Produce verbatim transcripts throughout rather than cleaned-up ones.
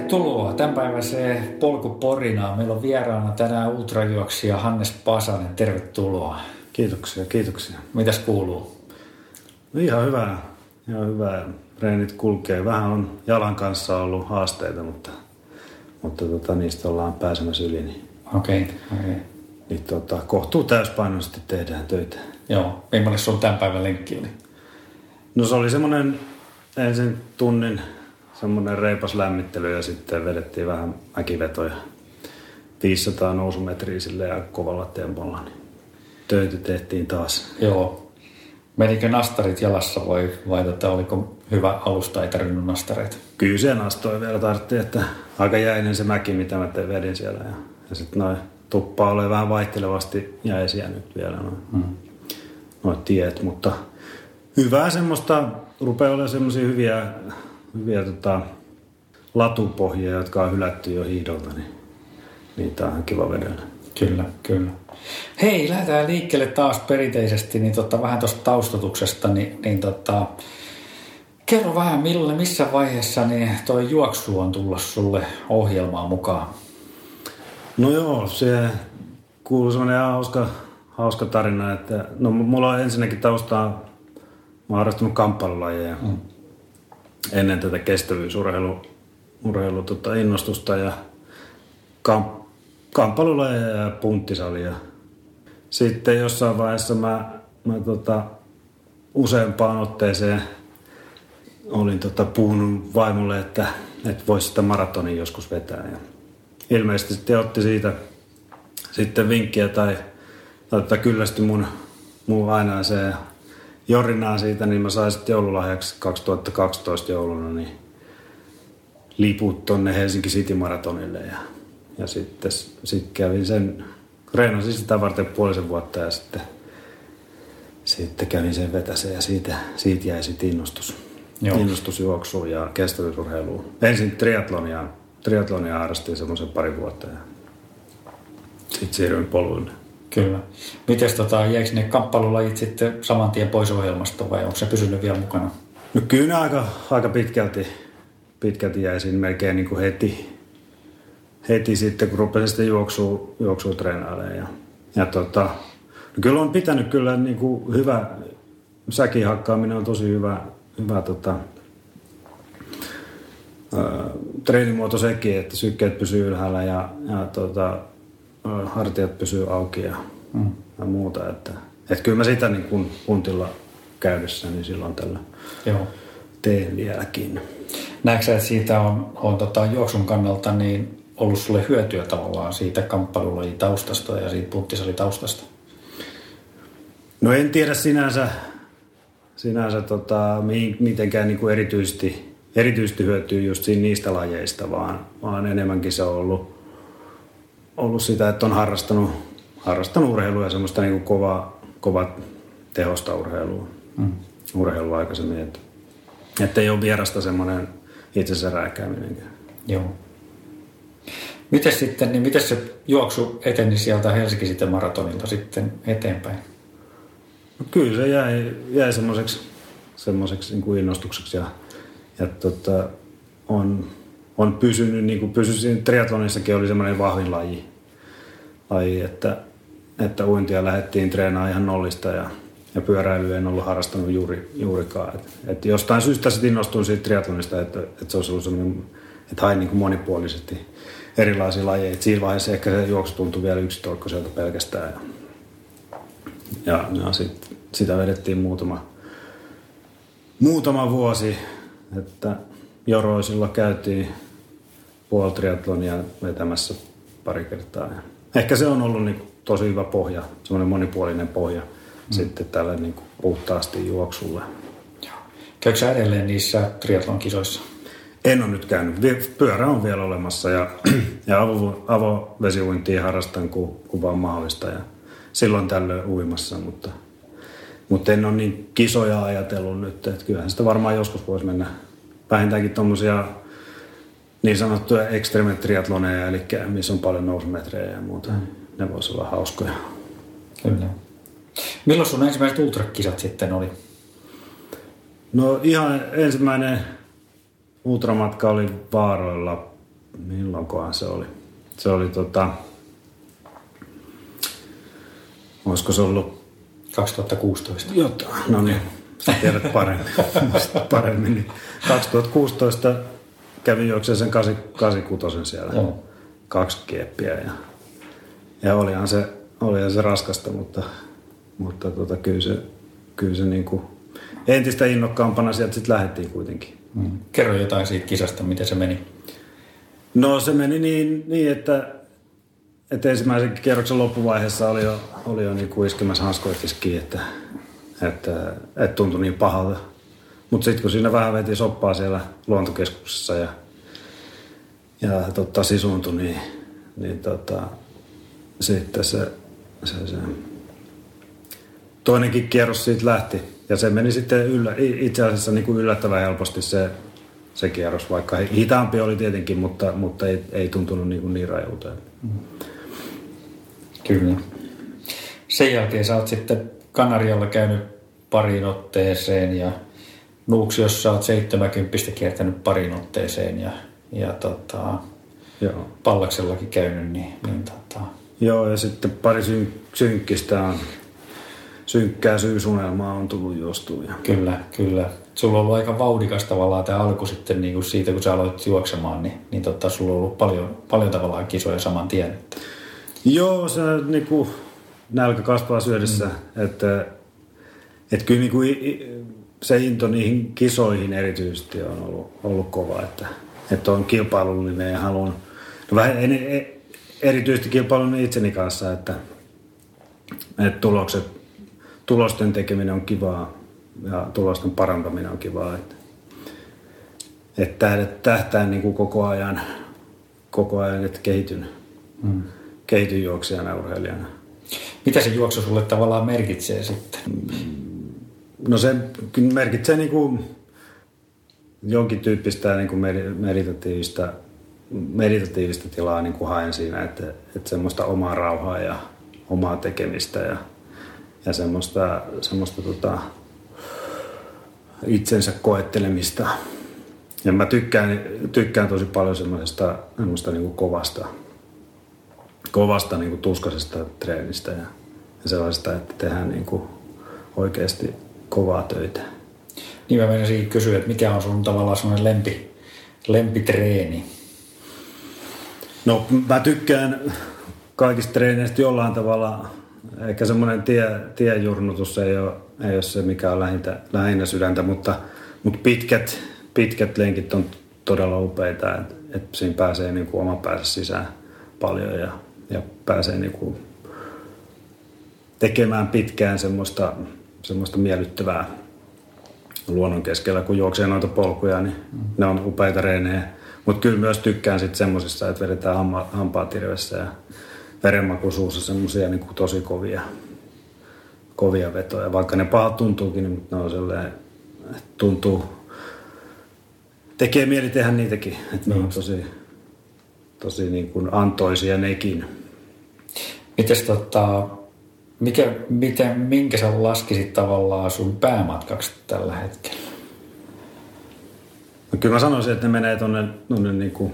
Tervetuloa tämänpäiväiseen Polkuporinaan. Meillä on vieraana tänään ultrajuoksija Hannes Pasanen. Tervetuloa. Kiitoksia, kiitoksia. Mitäs kuuluu? No ihan hyvä, ihan hyvä. Treenit kulkee. Vähän on jalan kanssa ollut haasteita, mutta, mutta tota, niistä ollaan pääsemässä yli. Niin, Okei, okay, okei. Okay. Niin tota, kohtuu täyspainoisesti tehdään töitä. Joo, millainen sun tämän päivän lenkki oli? No se oli semmoinen ensin tunnin semmoinen reipas lämmittely ja sitten vedettiin vähän mäkivetoja. viisisataa nousumetriä sille ja kovalla tempolla. Niin töitä tehtiin taas. Joo. Menikö nastarit jalassa vai, vai tota, oliko hyvä alusta, ei tarvinnut nastareita? Kyllä se nastoi vielä tarvittiin, että aika jäinen se mäki, mitä mä vedin siellä. Ja, ja sitten noin tuppaa ole vähän vaihtelevasti jäisiä nyt vielä noin mm. noi tiet, mutta hyvää semmoista, rupeaa olemaan semmoisia hyviä, hyviä tota, latupohjia, jotka on hylätty jo hiidolta, niin niitä on ihan kiva vedellä. Kyllä, kyllä. Hei, lähdetään liikkeelle taas perinteisesti, niin tota, vähän tuosta taustatuksesta, niin, niin tota, kerro vähän, millä, missä vaiheessa niin toi juoksu on tullut sulle ohjelmaan mukaan? No joo, se kuuluu semmoinen hauska, hauska tarina, että no mulla on ensinnäkin taustaa, mä oon harrastanut kamppailulajeja mm. ennen tätä kestävyysurheilu urheilu, tota, innostusta ja kamp, kamppailulajeja ja punttisalia. Sitten jossain vaiheessa mä, mä tota, useampaan otteeseen olin tota, puhunut vaimolle, että, että voisi sitä maratonia joskus vetää. Ja ilmeisesti sitten otti siitä sitten vinkkiä tai, tai kyllästyi mun, mun ainaiseen jorinaan siitä, niin mä sain sitten joululahjaksi kaksituhattakaksitoista jouluna niin liput tonne Helsinki City Maratonille ja, ja sitten sit kävin sen, reenasin sitä varten puolisen vuotta ja sitten, sitten kävin sen vetäsen ja siitä, siitä jäi sitten innostus, innostus juoksuun ja kestävyysurheiluun. Ensin triathlonia, triathlonia harrastin semmoisen pari vuotta ja sitten siirryin poluille. Kyllä. Mites tota, jäikö ne kamppailulajit sitten saman tien pois ohjelmasta vai onko se pysynyt vielä mukana? No kyllä ne aika, aika pitkälti, pitkälti jäi siinä melkein niin kuin heti, heti sitten, kun rupesin sitten juoksua, juoksua treenailemaan. Ja, ja tota, no kyllä on pitänyt kyllä niin kuin hyvä, säkin hakkaaminen on tosi hyvä, hyvä tota, ää, treenimuoto sekin, että sykkeet pysyy ylhäällä ja, ja tota, hartiat pysyy auki ja, mm. ja muuta. Että, että kyllä mä sitä niin kun puntilla käydessä, niin silloin tällä Joo. teen vieläkin. Näetkö sä, että siitä on, on tota, juoksun kannalta niin ollut sulle hyötyä tavallaan siitä kamppailulajitaustasta ja siitä punttisalitaustasta? No en tiedä sinänsä, sinänsä tota, mitenkään niin kuin erityisesti, erityisesti hyötyy just siinä niistä lajeista, vaan, vaan enemmänkin se on ollut ollut sitä, että on harrastanut, harrastanut urheilua ja semmoista niin kuin kovaa, kovaa tehosta urheilua, mm. urheilua aikaisemmin. Että, että ei ole vierasta semmoinen itsensä rääkkääminenkään. Joo. Mites sitten, niin miten se juoksu eteni sieltä Helsinki sitten maratonilta sitten eteenpäin? No kyllä se jäi, jäi semmoiseksi, semmoiseksi niin kuin innostukseksi ja, ja tota, on... On pysynyt, niin kuin pysyisin, triathlonissakin oli semmoinen vahvin laji, laji että, että uintia lähdettiin treenaamaan ihan nollista ja, ja pyöräilyä en ollut harrastanut juuri, juurikaan. Et, et jostain syystä sitten innostuin siitä triathlonista, että, että se olisi ollut semmoinen, että hain niin kuin monipuolisesti erilaisia lajeja. Siinä vaiheessa ehkä se juoksu tuntui vielä yksitoikkoiselta pelkästään. Ja, ja, ja sit, sitä vedettiin muutama, muutama vuosi, että Joroisilla käytiin puoli triathlonia vetämässä pari kertaa. Ja ehkä se on ollut niin tosi hyvä pohja, semmoinen monipuolinen pohja mm. sitten tälle niin puhtaasti juoksulle. Käykö sä edelleen niissä triathlon kisoissa? En ole nyt käynyt. Pyörä on vielä olemassa ja, ja avo, avovesiuintia harrastan, kun, kun vaan mahdollista. Ja silloin tällöin uimassa, mutta, mutta en ole niin kisoja ajatellut nyt. Että kyllähän sitä varmaan joskus voisi mennä vähintäänkin tuommoisia niin sanottuja extreme triathloneja, eli missä on paljon nousumetrejä ja muuta. Mm. Ne voisi olla hauskoja. Kyllä. Milloin sun ensimmäiset ultrakisat sitten oli? No ihan ensimmäinen ultramatka oli Vaaroilla milloinkohan se oli. Se oli tota, olisiko se ollut kaksituhattakuusitoista. Jotain, no niin, sä tiedät paremmin. paremmin. Niin kaksituhattakuusitoista kävin juokseen sen kahdeksankymmentäkuusi siellä. Joo. Kaksi kieppiä ja, ja olihan se, olihan se raskasta, mutta, mutta tota, kyllä se, kyllä se niin kuin entistä innokkaampana sieltä sitten lähdettiin kuitenkin. Mm. Kerro jotain siitä kisasta, miten se meni. No se meni niin, niin että, että ensimmäisen kierroksen loppuvaiheessa oli jo, oli jo niin kuin iskemässä hanskoitiskin, että, että, että tuntui niin pahalta. Mutta sitten kun siinä vähän veti soppaa siellä luontokeskuksessa ja, ja tota, sisuuntui, niin, niin tota, sitten se, se, se toinenkin kierros siitä lähti. Ja se meni sitten yllä, itse asiassa niin kuin yllättävän helposti se, se kierros, vaikka hitaampi oli tietenkin, mutta, mutta ei, ei tuntunut niin, kuin niin rajulta. Kyllä. Sen jälkeen sä oot sitten Kanarialla käynyt pariin otteeseen ja Nuuksiossa oot seitsemänkymppistä kiertänyt pariin otteeseen ja, ja tota, Joo. Pallaksellakin käynyt. Niin, niin tota. Joo, ja sitten pari syn, synkkistä on, synkkää syysunelmaa on tullut juostua. Kyllä, kyllä. Sulla on ollut aika vauhdikas tavallaan tämä alku sitten niin kuin siitä, kun sä aloit juoksemaan, niin, niin tota, sulla on ollut paljon, paljon tavallaan kisoja saman tien. Että. Joo, se niin kuin nälkä kasvaa syödessä, mm. että, että kyllä niin kuin se into niihin kisoihin erityisesti on ollut, ollut kova, että, että on kilpailullinen ja haluan, no vähän erityisesti kilpailullinen itseni kanssa, että, että tulokset, tulosten tekeminen on kivaa ja tulosten parantaminen on kivaa, että, että tähtään niin kuin koko ajan, koko ajan, että kehityn, mm. kehityn juoksijana, urheilijana. Mitä se juoksu sulle tavallaan merkitsee sitten? No se merkitsee niin kuin jonkin tyyppistä niin kuin meditatiivista, meditatiivista tilaa niin kuin haen siinä, että, että semmoista omaa rauhaa ja omaa tekemistä ja, ja semmoista, semmoista tota, itsensä koettelemista. Ja mä tykkään, tykkään tosi paljon semmoisesta, semmoista niin kuin kovasta, kovasta niin kuin tuskaisesta treenistä ja, ja sellaista, että tehdään niin kuin oikeasti kovaa töitä. Niin mä menisin kysyä, että mikä on sun tavallaan semmoinen lempi, lempitreeni? No mä tykkään kaikista treeneistä jollain tavalla. Ehkä semmoinen tie, tiejurnutus ei ole, ei ole se, mikä on lähintä, lähinnä sydäntä, mutta, mutta pitkät, pitkät lenkit on todella upeita, että, että siinä pääsee niin kuin oma päänsä sisään paljon ja, ja pääsee niin kuin tekemään pitkään semmoista, semmoista miellyttävää luonnon keskellä, kun juoksee noita polkuja, niin mm. ne on upeita reenejä. Mutta kyllä myös tykkään sitten semmosissa, että vedetään hamma, hampaat hirvessä ja verenmaku suussa semmosia niin kuin tosi kovia, kovia vetoja. Vaikka ne pahat tuntuukin, niin ne on sellainen, että tuntuu, tekee mieli tehdä niitäkin. Että ne on tosi, tosi niin kuin antoisia nekin. Mites tota, mikä, miten, minkä sä laskisit tavallaan sun päämatkaksi tällä hetkellä? No kyllä mä sanoisin, että ne menee tuonne, tuonne niin kuin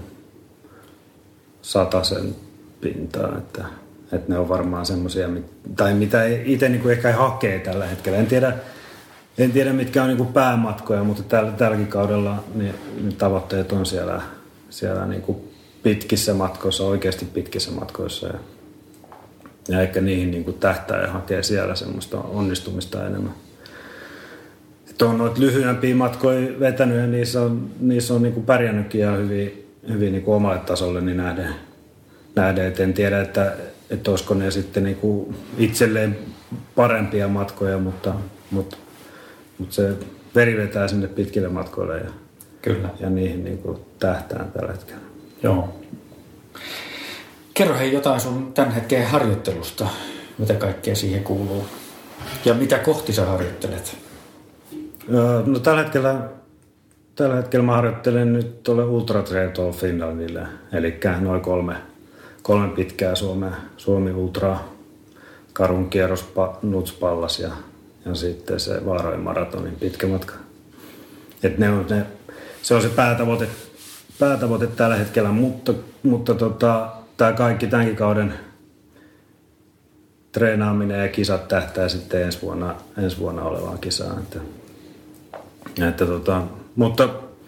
satasen pintaan, että, että ne on varmaan semmoisia, tai mitä itse niin kuin ehkä hakee tällä hetkellä. En tiedä, en tiedä mitkä on niin kuin päämatkoja, mutta tällä, tälläkin kaudella niin, niin tavoitteet on siellä, siellä niin kuin pitkissä matkoissa, oikeasti pitkissä matkoissa. Ja, ja ehkä niihin niin kuin tähtää ja hakee siellä semmoista onnistumista enemmän. Että on noita lyhyempiä matkoja vetänyt ja niissä on, niissä on niin kuin pärjännytkin ja hyvin, hyvin niin kuin omalle tasolle niin nähden. nähden. Et en tiedä, että, että olisiko ne sitten niin kuin itselleen parempia matkoja, mutta, mutta, mutta se veri vetää sinne pitkille matkoille ja, Kyllä. ja niihin niin kuin tähtään tällä hetkellä. Joo. Kerro hei jotain sun tämän hetken harjoittelusta, mitä kaikkea siihen kuuluu ja mitä kohti sä harjoittelet? No tällä hetkellä, tällä hetkellä mä harjoittelen nyt tuolle Ultra Triathlon Finlandille, eli noin kolme, kolme pitkää Suomea, Suomi Ultra, Karun kierros, Nutspallas ja, ja sitten se Vaarojen maratonin pitkä matka. Et ne on ne, se on se päätavoite, päätavoite tällä hetkellä, mutta, mutta tota, tämä kaikki tämänkin kauden treenaaminen ja kisat tähtää sitten ensi vuonna, ensi vuonna olevaan kisaan. Että, että tota, mutta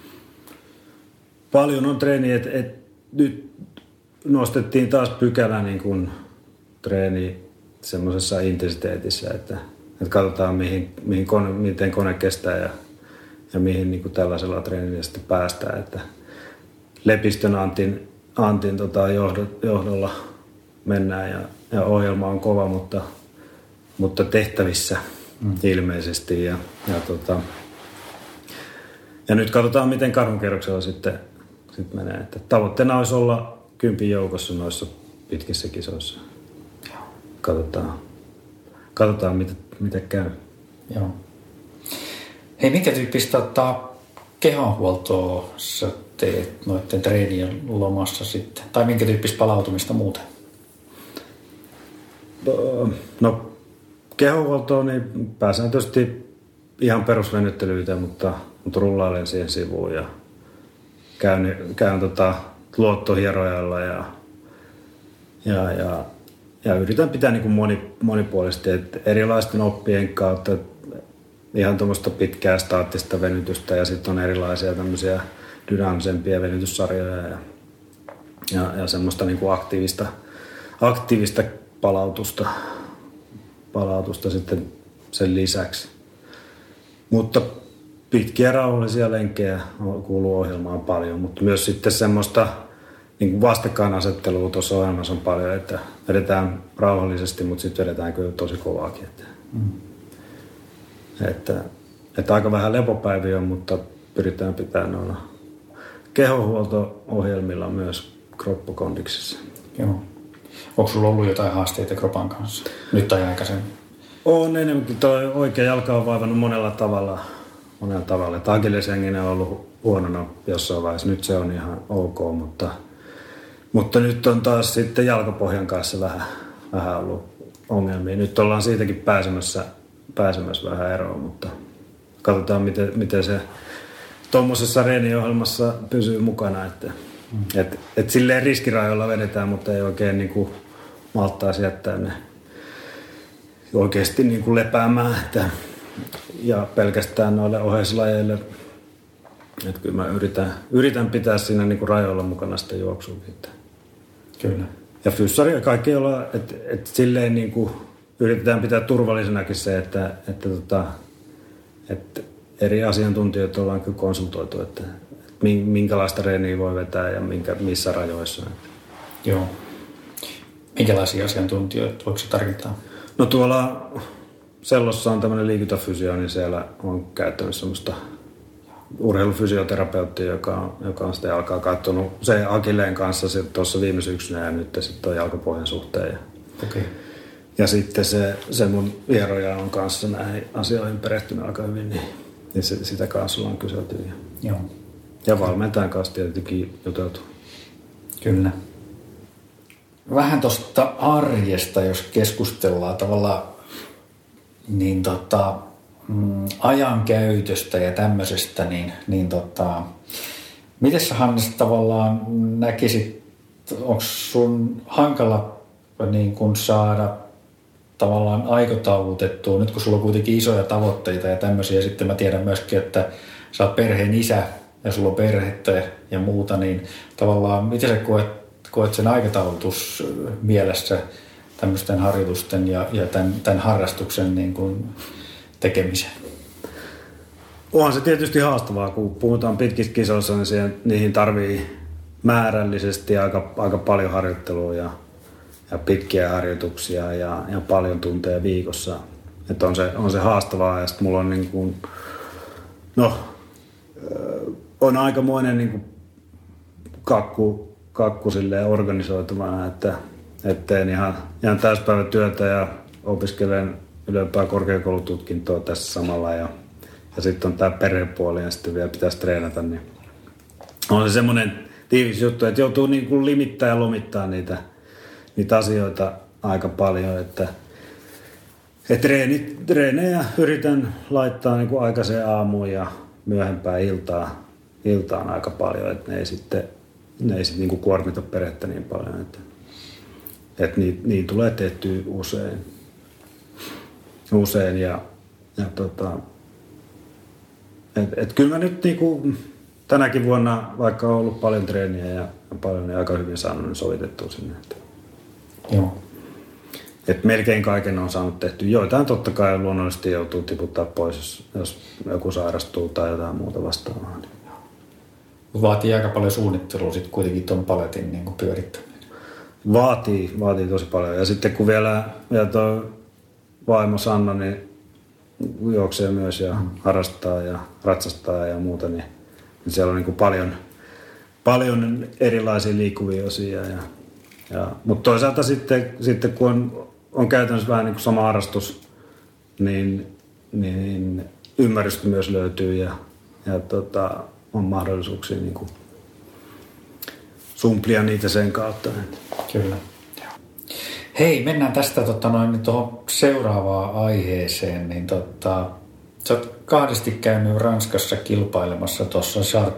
paljon on treeniä, että et nyt nostettiin taas pykälä niin kuin treeni semmoisessa intensiteetissä, että, että katsotaan mihin, mihin kone, miten kone kestää ja, ja mihin niin kuin tällaisella treenillä sitten päästään. Että Lepistön Antin, Antin tota, johdolla mennään ja, ja ohjelma on kova, mutta, mutta tehtävissä mm. ilmeisesti. Ja, ja, tota, ja nyt katsotaan, miten karhunkierroksella sitten, sitten menee. Että tavoitteena olisi olla kympin joukossa noissa pitkissä kisoissa. Katsotaan, katsotaan mitä, mitä käy. Joo. Hei, minkä tyyppistä ottaa kehonhuoltoa sä teet noiden treenien lomassa sitten? Tai minkä tyyppistä palautumista muuten? No, kehonhuoltoon niin pääsääntöisesti ihan perusvenyttelyitä, mutta, mutta rullailen siihen sivuun ja käyn, käyn tota, luottohierojalla ja, ja, ja, ja yritän pitää niin kuin moni, monipuolisesti, että erilaisten oppien kautta ihan tuommoista pitkää staattista venytystä ja sitten on erilaisia tämmöisiä dynaamisempia venytyssarjoja ja, ja, ja semmoista niin kuin aktiivista, aktiivista palautusta, palautusta sitten sen lisäksi. Mutta pitkiä rauhallisia lenkkejä kuuluu ohjelmaan paljon, mutta myös sitten semmoista niin kuin vastakkainasettelua tuossa ohjelmassa on paljon, että vedetään rauhallisesti, mutta sitten vedetään kyllä tosi kovaakin. Että, mm. että, että aika vähän lepopäiviä on, mutta pyritään pitämään noilla kehonhuolto-ohjelmilla myös kroppakondiksissa. Joo. Onko sulla ollut jotain haasteita kropan kanssa nyt tai aikaisemmin? On enemmänkin. Tuo oikea jalka on vaivannut monella tavalla. Monella tavalla. Akilleshenginen on ollut huonona jossain vaiheessa. Nyt se on ihan ok, mutta, mutta nyt on taas sitten jalkapohjan kanssa vähän, vähän ollut ongelmia. Nyt ollaan siitäkin pääsemässä, pääsemässä vähän eroon, mutta katsotaan miten, miten se tuommoisessa reeniohjelmassa pysyy mukana. Että, mm. et, et silleen riskirajoilla vedetään, mutta ei oikein niin kuin malttaisi jättää ne oikeasti niin kuin lepäämään. Että, ja pelkästään noille oheislajeille. Että kyllä mä yritän, yritän pitää siinä niin kuin rajoilla mukana sitä juoksuakin. Kyllä. Ja fyssari ja kaikki olla, että, että silleen niin kuin yritetään pitää turvallisenakin se, että, että, että, että eri asiantuntijoita ollaan kyllä konsultoitu, että, että minkälaista reeniä voi vetää ja minkä, missä rajoissa. Joo. Minkälaisia asiantuntijoita voiko se tarkoittaa? No tuolla Sellossa on tämmöinen liikuntafysio, niin siellä on käyttänyt semmoista urheilufysioterapeuttia, joka on, joka on sitä jalkaa katsonut se akilleen kanssa tuossa viime syksynä ja nyt sitten tuon jalkapohjan suhteen. Okay. Ja sitten se, se mun vieroja on kanssa näihin asioihin perehtynyt aika hyvin, niin, niin se, sitä kanssa ollaan kyselty. Ja, Joo. ja valmentajan kanssa tietenkin juteltu. Kyllä. Vähän tuosta arjesta, jos keskustellaan tavallaan niin tota, mm, ajankäytöstä ja tämmöisestä, niin, niin tota, miten sä Hannes tavallaan näkisit, onko sun hankala niin kun saada tavallaan aikataulutettua, nyt kun sulla on kuitenkin isoja tavoitteita ja tämmöisiä, ja sitten mä tiedän myöskin, että sä oot perheen isä ja sulla on perhettä ja muuta, niin tavallaan miten sä koet, koet sen aikataulutus mielessä tämmöisten harjoitusten ja, ja tämän, tämän harrastuksen niin kuin tekemisen? Onhan se tietysti haastavaa, kun puhutaan pitkistä kisoissa, niin siihen, niihin tarvii määrällisesti aika, aika paljon harjoittelua ja, ja pitkiä harjoituksia ja, ja paljon tunteja viikossa. Että on se, on se haastavaa ja sitten mulla on niin kuin, no, on aikamoinen niin kuin kakku, kakku silleen organisoituvana, että et teen ihan, ihan täyspäivätyötä ja opiskelen ylempää korkeakoulututkintoa tässä samalla ja, ja sitten on tämä perhepuoli ja sitten vielä pitäisi treenata, niin on se semmoinen tiivis juttu, että joutuu niin kuin limittää ja lomittaa niitä, niitä asioita aika paljon, että et treenit, treenejä yritän laittaa niin kuin aikaiseen aamuun ja myöhempään iltaa, iltaan aika paljon, että ne ei sitten, ne ei sitten niin kuin kuormita perhettä niin paljon, että, että niin, niin tulee tehtyä usein. Usein ja, ja tota, et, et kyllä mä nyt niinku tänäkin vuonna, vaikka on ollut paljon treeniä ja paljon, niin aika hyvin saanut ne sovitettua sinne. Että, Joo. et melkein kaiken on saanut tehty. Joitain totta kai luonnollisesti joutuu tiputtaa pois, jos, jos joku sairastuu tai jotain muuta vastaavaa. Vaatii aika paljon suunnittelua sitten kuitenkin tuon paletin niin kuin pyörittäminen. Vaatii, vaatii tosi paljon. Ja sitten kun vielä, vielä tuo vaimo Sanna niin juoksee myös ja mm. harrastaa ja ratsastaa ja muuta, niin, niin siellä on niin kuin paljon, paljon erilaisia liikkuvia osia. Ja, ja, mutta toisaalta sitten, sitten kun on, on käytännössä vähän niin kuin sama harrastus, niin, niin ymmärrystä myös löytyy ja, ja tota, on mahdollisuuksia niin kuin sumplia niitä sen kautta. Kyllä. Hei, mennään tästä tota, noin, tuohon seuraavaan aiheeseen. Niin, tota, sä oot kahdesti käynyt Ranskassa kilpailemassa tuossa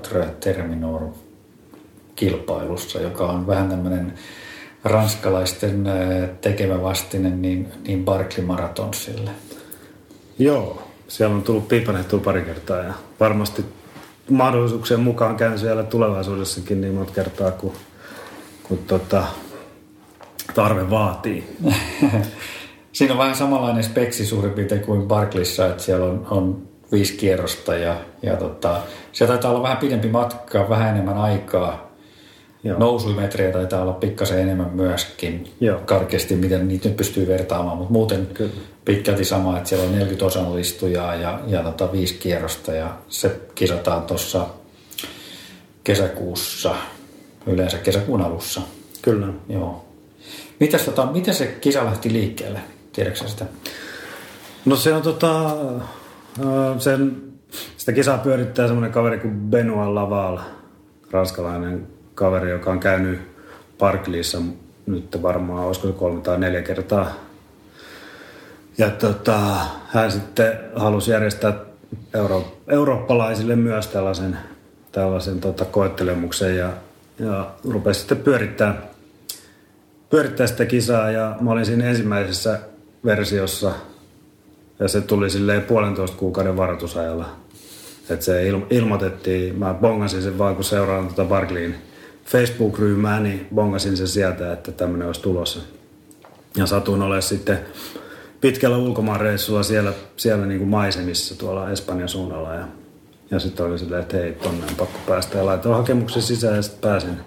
Chartres-Terminor-kilpailussa, joka on vähän tämmöinen ranskalaisten tekemä vastine niin, niin Barkley Marathonsille. Joo, siellä on tullut piipanehtua pari kertaa ja varmasti mahdollisuuksien mukaan käyn siellä tulevaisuudessakin niin monta kertaa, kun, kun tota, tarve vaatii. Siinä on vähän samanlainen speksi suurin piirtein kuin Barkleyssa, että siellä on, on viisi kierrosta ja, ja tota, siellä taitaa olla vähän pidempi matka, vähän enemmän aikaa. Joo. Nousumetrejä taitaa olla pikkasen enemmän myöskin. Joo. Karkeasti, miten niitä nyt pystyy vertaamaan, mutta muuten Kyllä. pitkälti sama, että siellä on neljäkymmentä osallistujaa ja, ja tota, viisi kierrosta ja se kisataan tuossa kesäkuussa, yleensä kesäkuun alussa. Kyllä. Joo. Mitäs, tota, miten se kisa lähti liikkeelle? Tiedätkö sitä? No se on tota, sen, sitä kisaa pyörittää semmoinen kaveri kuin Benoit Laval, ranskalainen kaveri, joka on käynyt Barkleyssa nyt varmaan, olisiko se kolme tai neljä kertaa. Ja tota, hän sitten halusi järjestää euro, eurooppalaisille myös tällaisen, tällaisen tota, koettelemuksen ja, ja rupesi sitten pyörittää, pyörittää sitä kisaa. Ja mä olin siinä ensimmäisessä versiossa ja se tuli silleen puolentoista kuukauden varoitusajalla. Että se il, ilmoitettiin, mä bongasin sen vaan kun seuraan tota Barkleyn Facebook-ryhmää, niin bongasin sen sieltä, että tämmöinen olisi tulossa. Ja satuin olemaan sitten pitkällä ulkomaanreissulla siellä, siellä niin kuin maisemissa tuolla Espanjan suunnalla. Ja, ja sitten oli silleen, että hei, tonne on pakko päästä. Ja laitoin hakemuksen sisään ja sitten pääsin.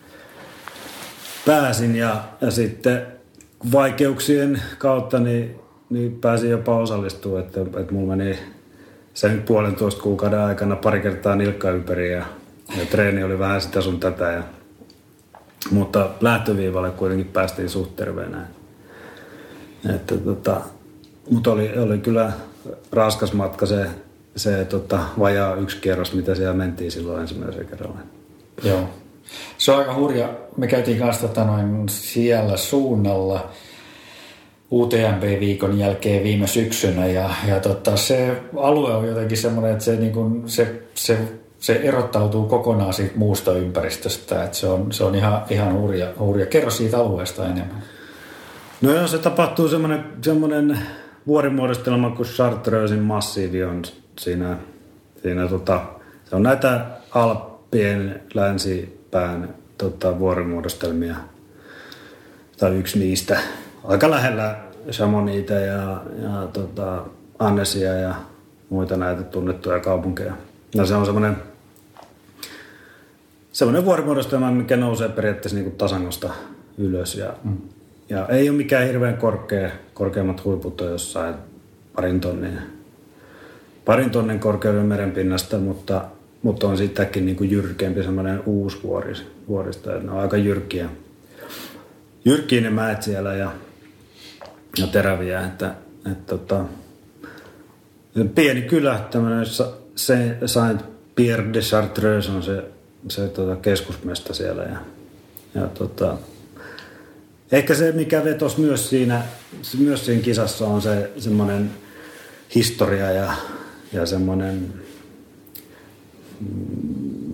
Pääsin ja, ja sitten vaikeuksien kautta niin, niin pääsin jopa osallistumaan. Että, että mulla meni sen puolentoista kuukauden aikana pari kertaa nilkka ympäri ja Ja treeni oli vähän sitä sun tätä. Ja, mutta lähtöviivalle kuitenkin päästiin suht terveenä. Että, tota, mutta oli, oli kyllä raskas matka se, se tota, vajaa yksi kierros, mitä siellä mentiin silloin ensimmäisen kerralla. Joo. Se on aika hurja. Me käytiin kanssa tota, noin siellä suunnalla U T M B-viikon jälkeen viime syksynä. Ja, ja tota, se alue on jotenkin semmoinen, että se, niin kun, se, se se erottautuu kokonaan siitä muusta ympäristöstä, että se on, se on ihan, ihan hurja, hurja. Kerro siitä alueesta enemmän. No joo, se tapahtuu semmoinen, semmoinen vuorimuodostelma kuin Chartreusin massiivi on siinä, siinä tota, se on näitä Alppien länsipään tota, vuorimuodostelmia, tai yksi niistä, aika lähellä Chamonixia ja, ja tota, Annesia ja muita näitä tunnettuja kaupunkeja. No se on semmoinen semmoinen vuorimuodostelma, mikä nousee periaatteessa niin kuin tasangosta ylös. Ja, mm. ja ei ole mikään hirveän korkea, korkeammat huiput on jossain parin tonnin, parin tonnin korkeuden merenpinnasta, mutta, mutta on sitäkin niin kuin jyrkeämpi semmoinen uusi vuori, vuorista. Ne on aika jyrkkiä, jyrkkiä ne mäet siellä ja, ja teräviä. Että, että, että, pieni kylä, tämmöinen Saint-Pierre de Chartreuse on se, se tota, keskusmesta siellä. Ja, ja, tota, ehkä se, mikä vetosi myös siinä, myös siinä kisassa, on se semmoinen historia ja, ja semmoinen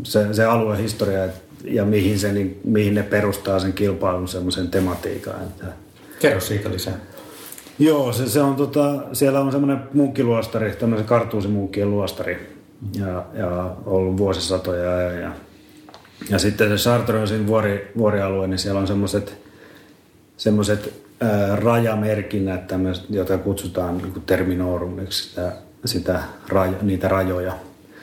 se, se alueen historia ja mihin, se, niin, mihin ne perustaa sen kilpailun semmoisen tematiikan. Että... Kerro siitä lisää. Joo, se, se on tota, siellä on semmoinen munkkiluostari, tämmöinen kartuusimunkkien luostari ja, ja ollut vuosisatoja ja, ja, ja sitten se Chartreusin vuori, vuorialue, niin siellä on semmoiset semmoiset ää, rajamerkinnät, tämmöset, joita kutsutaan niin kuin terminorumiksi, sitä, sitä rajo, niitä rajoja.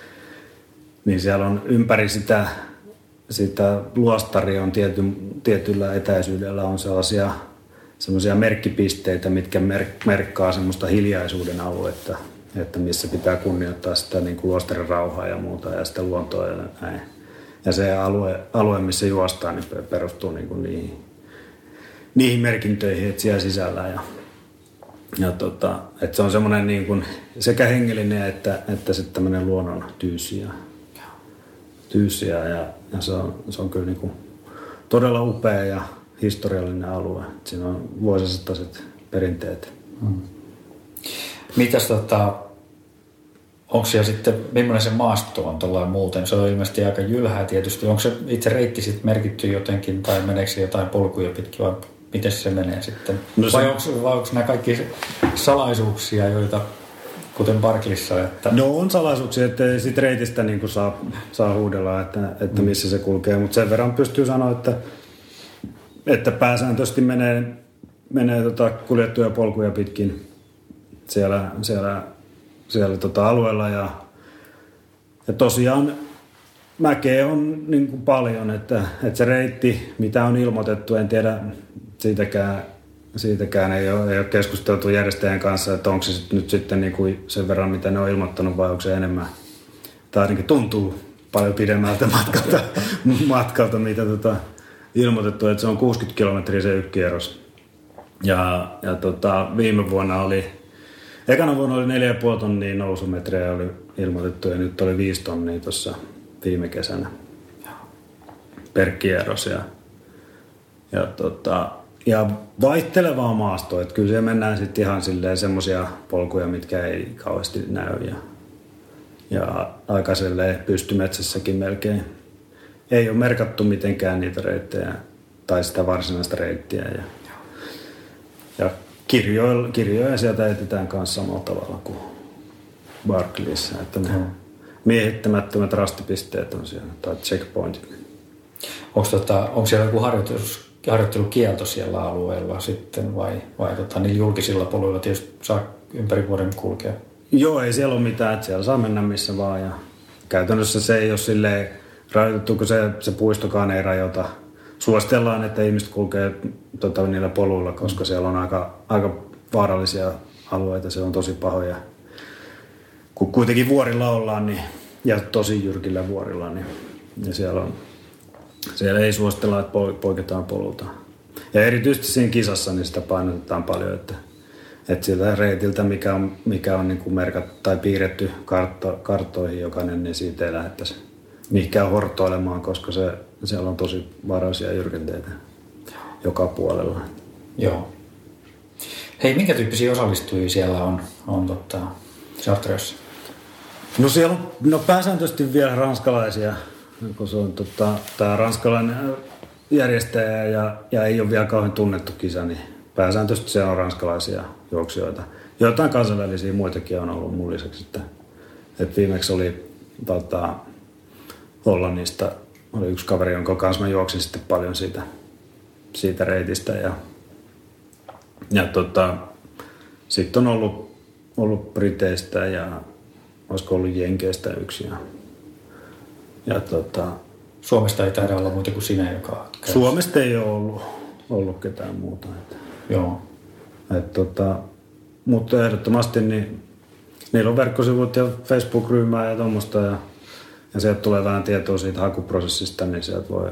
Niin siellä on ympäri sitä, sitä luostaria on tiety, tietyllä etäisyydellä on sellaisia semmoisia merkkipisteitä, mitkä merk, merkkaa semmoista hiljaisuuden aluetta, että missä pitää kunnioittaa sitä niin kuin luostarin rauhaa ja muuta ja sitä luontoa ja näin. Ja se alue, alue missä juostaan, niin perustuu niin kuin niihin, niihin merkintöihin, että siellä sisällä. Ja, ja tota, että se on semmoinen niin kuin sekä hengellinen että, että sitten tämmöinen luonnon tyysiä. tyysiä ja, ja se, on, se on kyllä niin kuin todella upea ja historiallinen alue. Siinä on vuosisataiset perinteet. Hmm. Mitäs tota, onko siellä sitten, millainen se maasto on tuollain muuten? Se on ilmeisesti aika jylhää tietysti. Onko se itse reitti sitten merkitty jotenkin tai meneekö se jotain polkuja pitkin vai miten se menee sitten? No se... Vai onko, vai onko nämä kaikki salaisuuksia, joita kuten Barkleyssa? Että... No on salaisuuksia, että sit reitistä niin kuin saa, saa huudella, että, että missä se kulkee. Mutta sen verran pystyy sanoa, että että pääsääntöisesti menee, menee tota kuljettuja polkuja pitkin siellä, siellä, siellä tota alueella. Ja, ja tosiaan mäkeä on niin kuin paljon, että, että se reitti, mitä on ilmoitettu, en tiedä, siitäkään, siitäkään ei ole, ei ole keskusteltu järjestäjän kanssa, että onko se nyt sitten niin kuin sen verran, mitä ne on ilmoittanut vai onko se enemmän. Tai ainakin tuntuu paljon pidemmältä matkalta, matkalta mitä tota ilmoitettu, että se on kuusikymmentä kilometriä se ykkierros. Ja, ja tota, viime vuonna oli, ekana vuonna oli neljä pilkku viisi tonnia nousumetrejä oli ilmoitettu ja nyt oli viisi tonnia tuossa viime kesänä per kierros. Ja, ja, tota, ja vaihtelevaa maastoa, että kyllä se mennään sitten ihan silleen semmoisia polkuja, mitkä ei kauheasti näy ja, ja aika silleen pystymetsässäkin melkein. Ei ole merkattu mitenkään niitä reittejä tai sitä varsinaista reittiä. Ja, ja kirjoja, kirjoja sieltä etsitään kanssa samalla tavalla kuin Barkleyssä. Että ne miehittämättömät rastipisteet on siellä, tai checkpointit. Onko, tota, onko siellä joku harjoittelukielto siellä alueella sitten vai, vai tota, niillä julkisilla poluilla tietysti saa ympäri vuoden kulkea? Joo, ei siellä ole mitään, että siellä saa mennä missä vaan. Ja käytännössä se ei ole silleen rajoitettu, kun se, se puistokaan ei rajoita. Suositellaan, että ihmiset kulkee tota, niillä poluilla, koska siellä on aika, aika vaarallisia alueita. Se on tosi pahoja. Kun kuitenkin vuorilla ollaan niin, ja tosi jyrkillä vuorilla, niin ja siellä, on, siellä ei suositella, että poiketaan polulta. Ja erityisesti siinä kisassa niin sitä painotetaan paljon, että, että siltä reitiltä, mikä on, mikä on niin kuin merkat, tai piirretty kartto, karttoihin jokainen, niin siitä ei lähettäisi mihinkään hortoilemaan, koska se, siellä on tosi vaarallisia jyrkenteitä joka puolella. Joo. Hei, minkä tyyppisiä osallistujia siellä on, on totta, Chartreussa? No siellä on no pääsääntöisesti vielä ranskalaisia, kun se on tota, tämä ranskalainen järjestäjä ja, ja ei ole vielä kauhean tunnettu kisa, niin pääsääntöisesti siellä on ranskalaisia juoksijoita. Joitain kansainvälisiä muitakin on ollut mun lisäksi, että, että viimeksi oli tota, Hollannista oli yksi kaveri, jonka kanssa mä juoksin sitten paljon siitä, siitä reitistä. Ja, ja tota, sitten on ollut, ollut Briteistä ja olisiko ollut Jenkeistä yksi. Ja, ja tota, Suomesta ei taida olla muuta kuin sinä, joka käy. Suomesta ei ole ollut, ollut ketään muuta. Että, Joo. Et, tota, mutta ehdottomasti niin, niillä on verkkosivut ja Facebook-ryhmää ja tuommoista. Ja, ja sieltä tulee vähän tietoa siitä hakuprosessista, niin sieltä voi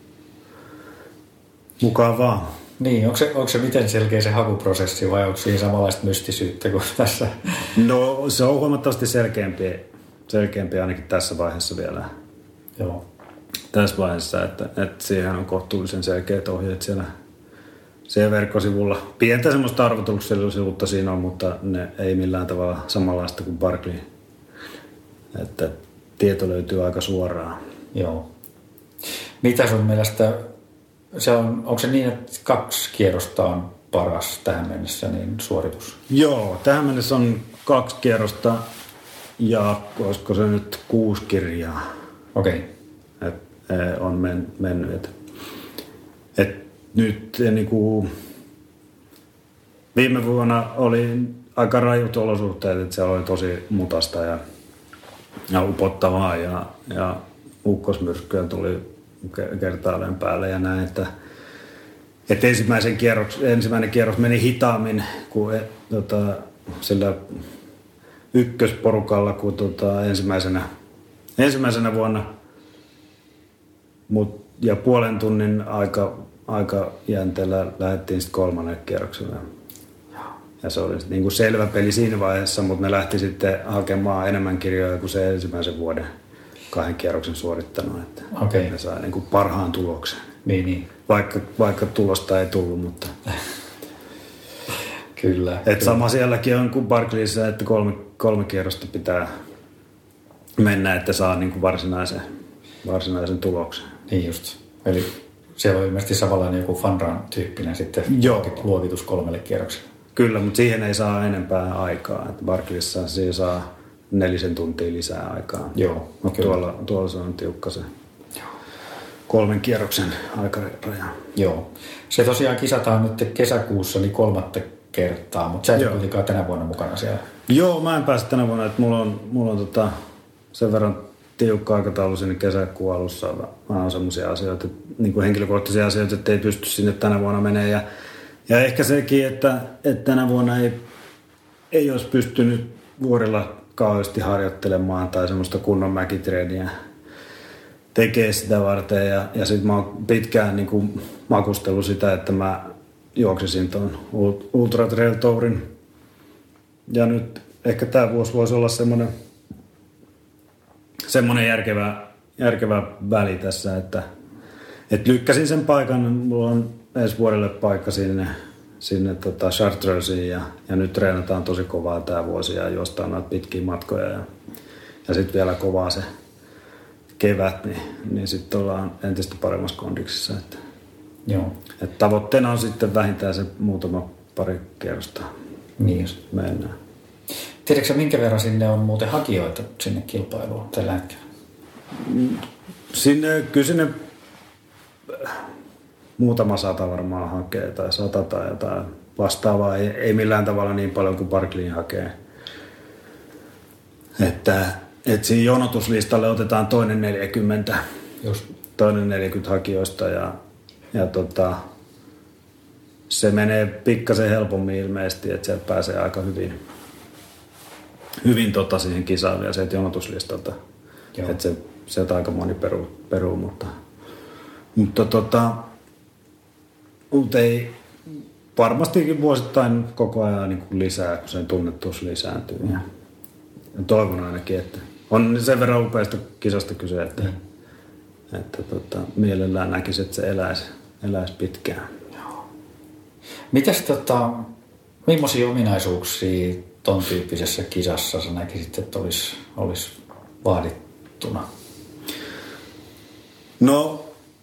mukaan vaan. Niin, onko se, onko se miten selkeä se hakuprosessi vai onko siinä samanlaista mystisyyttä kuin tässä? No se on huomattavasti selkeämpi, selkeämpi ainakin tässä vaiheessa vielä. Joo. Tässä vaiheessa, että, että siihen on kohtuullisen selkeät ohjeet siellä, siellä verkkosivulla. Pientä semmoista arvotuksellisuutta siinä on, mutta ne ei millään tavalla samanlaista kuin Barkley. Että tieto löytyy aika suoraan. Joo. Mitä sun mielestä, se on, onko se niin, että kaksi kierrosta on paras tähän mennessä niin suoritus? Joo, tähän mennessä on kaksi kierrosta ja olisiko se nyt kuusi kirjaa. Okei. Okay. Et, on men, mennyt. Et, et nyt niin kuin, viime vuonna oli aika rajut olosuhteet, että se oli tosi mutasta ja, ja upottavaa ja, ja ukkosmyrskyä tuli kertaalleen päälle ja näin, että, että ensimmäisen kierros, ensimmäinen kierros meni hitaammin kuin tota, sillä ykkösporukalla kuin tota, ensimmäisenä, ensimmäisenä vuonna. Mut, ja puolen tunnin aika, aika jänteellä lähdettiin sitten kolmannen kierrokselle. Ja se oli niin kuin selvä peli siinä vaiheessa, mutta ne lähti sitten hakemaan enemmän kirjoja kuin se ensimmäisen vuoden kahden kierroksen suorittanut. Että okay. Ne sai niin kuin parhaan tuloksen. Niin, niin. Vaikka, vaikka tulosta ei tullut, mutta... Kyllä. Et kyllä. sama sielläkin on kuin Barclayssa, että kolme, kolme kierrosta pitää mennä, että saa niin kuin varsinaisen, varsinaisen tuloksen. Niin just. Eli siellä on ilmeisesti samanlainen joku Funrun-tyyppinen sitten Joo. luokitus kolmelle kierrokselle. Kyllä, mutta siihen ei saa enempää aikaa. Että Barclayssa siihen saa nelisen tuntia lisää aikaa. Joo. Mutta tuolla, tuolla se on tiukka se Joo. kolmen kierroksen aikaraja. Joo. Se tosiaan kisataan nyt kesäkuussa eli kolmatta kertaa, mutta sä et kuitenkaan tänä vuonna mukana siellä. Joo, mä en pääse tänä vuonna, että mulla on, mulla on tota sen verran tiukka aikataulu sinne kesäkuun alussa. Mä on semmoisia asioita, niin kuin henkilökohtaisia asioita, että ei pysty sinne tänä vuonna menee. Ja, ja ehkä sekin, että, että tänä vuonna ei, ei olisi pystynyt vuorilla kauheasti harjoittelemaan tai semmoista kunnon mäkitreeniä tekee sitä varten. Ja, ja sitten mä oon pitkään niin kuin makustellut sitä, että mä juoksisin tuon Ultra Trail Tourin. Ja nyt ehkä tämä vuosi voisi olla semmoinen semmoinen järkevä, järkevä väli tässä, että, että lykkäsin sen paikan. Mulla on ensi vuodelle paikka sinne, sinne tota Chartreusiin ja, ja nyt treenataan tosi kovaa tämä vuosi ja juostaan noita pitkiä matkoja ja, ja sitten vielä kovaa se kevät, niin, niin sitten ollaan entistä paremmassa kondiksissa. Että, Joo. että tavoitteena on sitten vähintään se muutama pari kierrosta niin just. Mennään. Tiedätkö minkä verran sinne on muuten hakijoita sinne kilpailuun tällä hetkellä? Sinne, kyllä sinne muutama sata varmaan hakee tai sata tai jotain vastaavaa. Ei, ei millään tavalla niin paljon kuin Barclayin hakee. Että, että siinä jonotuslistalle otetaan toinen neljäkymmentä. Just. Toinen neljäkymmentä hakijoista ja, ja tota, se menee pikkasen helpommin ilmeisesti, että sieltä pääsee aika hyvin. Hyvin tota siihen kisaan vielä sieltä jonotuslistalta. Että se, sieltä aika moni peruu, peruu mutta, mutta tota, mutta ei varmastikin vuosittain koko ajan niin kuin lisää, kun sen tunnettuus lisääntyy. Mm. Ja, ja toivon ainakin, että on sen verran upeasta kisasta kyse, että, mm. että tota, mielellään näkisi, että se eläisi, eläisi pitkään. Joo. Mitäs tota, millaisia ominaisuuksia ton tyyppisessä kisassa sä näkisit, että olisi, olisi vaadittuna? No,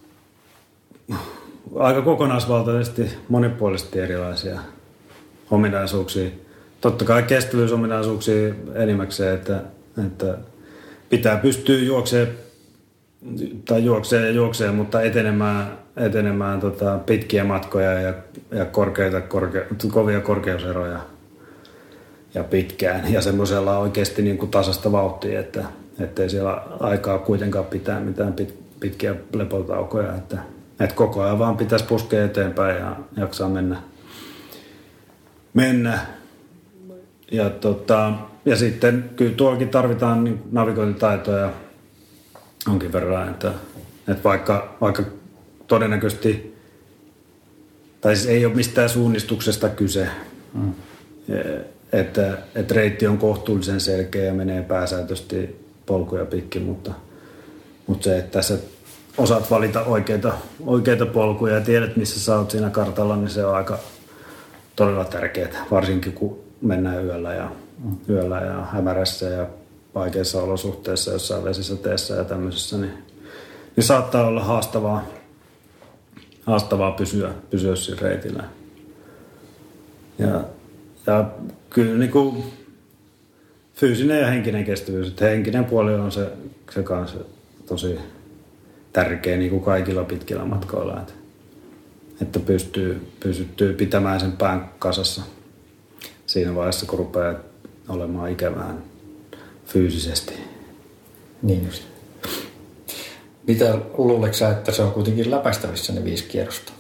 aika kokonaisvaltaisesti, monipuolisesti erilaisia ominaisuuksia. Totta kai kestävyysominaisuuksia enimmäkseen, että, että pitää pystyä juoksemaan tai juoksee ja juoksee, mutta etenemään, etenemään tota, pitkiä matkoja ja, ja korkeita, korke, kovia korkeuseroja ja pitkään. Ja semmoisella oikeasti niin kuin tasasta vauhtia, että ettei siellä aikaa kuitenkaan pitää mitään pit, pitkiä lepotaukoja. Että, että koko ajan vaan pitäisi puskea eteenpäin ja jaksaa mennä. mennä. Ja, tota, ja sitten kyllä tuollakin tarvitaan niin navigointitaitoja onkin verran, että, että vaikka, vaikka todennäköisesti, tai siis ei ole mistään suunnistuksesta kyse, mm. että, että reitti on kohtuullisen selkeä ja menee pääsääntöisesti polkuja pitkin, mutta, mutta se, että tässä osaat valita oikeita, oikeita polkuja ja tiedät, missä sä oot siinä kartalla, niin se on aika todella tärkeää, varsinkin kun mennään yöllä ja, mm. yöllä ja hämärässä ja vaikeissa olosuhteissa, jossain vesisateessa ja tämmöisessä, niin, niin saattaa olla haastavaa, haastavaa pysyä, pysyä siinä reitillä. Ja, ja kyllä niin kuin fyysinen ja henkinen kestävyys. Että henkinen puoli on se, se kanssa tosi tärkeä niin kuin kaikilla pitkillä matkoilla. Että, että pystyy, pystyy pitämään sen pään kasassa siinä vaiheessa, kun rupeaa olemaan ikävään fyysisesti. Niin just. Mitä luuletko sä, että se on kuitenkin läpäistävissä ne viisi kierrosta?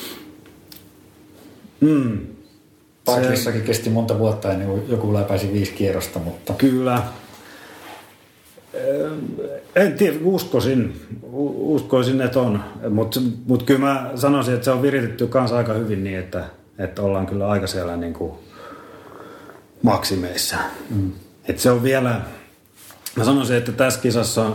Mm. Barclayssakin kesti monta vuotta ennen kuin joku läpäisi viisi kierrosta, mutta... Kyllä. En tiedä, uskoisin, uskoisin että on. Mutta mut kyllä mä sanoisin, että se on viritetty kanssa aika hyvin niin, että, että ollaan kyllä aika siellä niin kuin maksimeissa. Mm. Että se on vielä... Mä sanoisin, että tässä kisassa...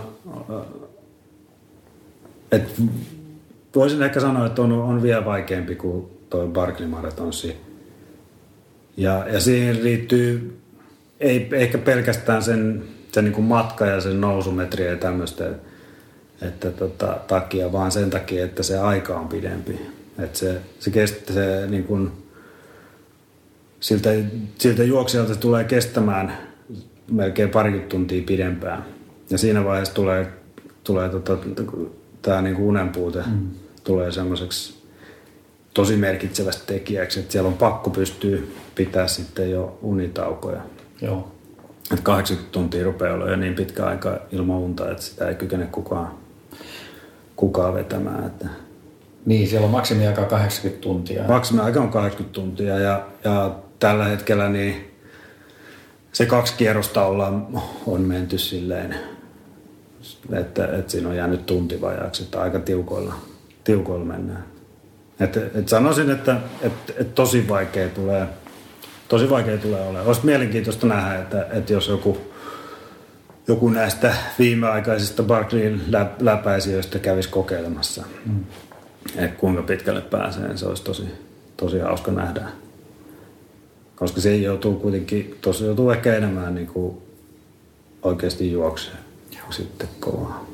Että voisin ehkä sanoa, että on, on vielä vaikeampi kuin toi Barkley Marathonsi. Ja, ja siihen liittyy ei ehkä pelkästään sen, sen niin kuin matka ja sen nousumetriä ja tämmöistä että tota, takia, vaan sen takia, että se aika on pidempi. Että se, se, kest, se niin kuin, siltä, siltä juoksijalta se tulee kestämään melkein parikymmentä tuntia pidempään. Ja siinä vaiheessa tulee, tulee tota, tämä niin kuin unenpuute mm. tulee semmoiseksi tosi merkitsevästä tekijäksi, että siellä on pakko pystyä pitää sitten jo unitaukoja. Joo. Että kahdeksankymmentä tuntia rupeaa olla jo niin pitkä aika ilman unta, että sitä ei kykene kukaan, kukaan vetämään. Että niin, siellä on maksimiaika kahdeksankymmentä tuntia. Maksimiaika on kahdeksankymmentä tuntia ja, ja tällä hetkellä niin se kaksi kierrosta ollaan, on menty silleen, että, että siinä on jäänyt tunti vajaaksi, että aika tiukoilla, tiukoilla mennään. Et, et sanoisin, että et, et tosi vaikea tulee, tosi vaikea tulee olemaan. Olisi mielenkiintoista nähdä, että, että jos joku, joku näistä viimeaikaisista Barkleyn läpäisijöistä kävisi kokeilemassa, mm. että kuinka pitkälle pääsee, se olisi tosi, tosi hauska nähdä. Koska se joutuu kuitenkin, tuossa joutuu ehkä enemmän niin kuin oikeasti juokseen sitten kovaa.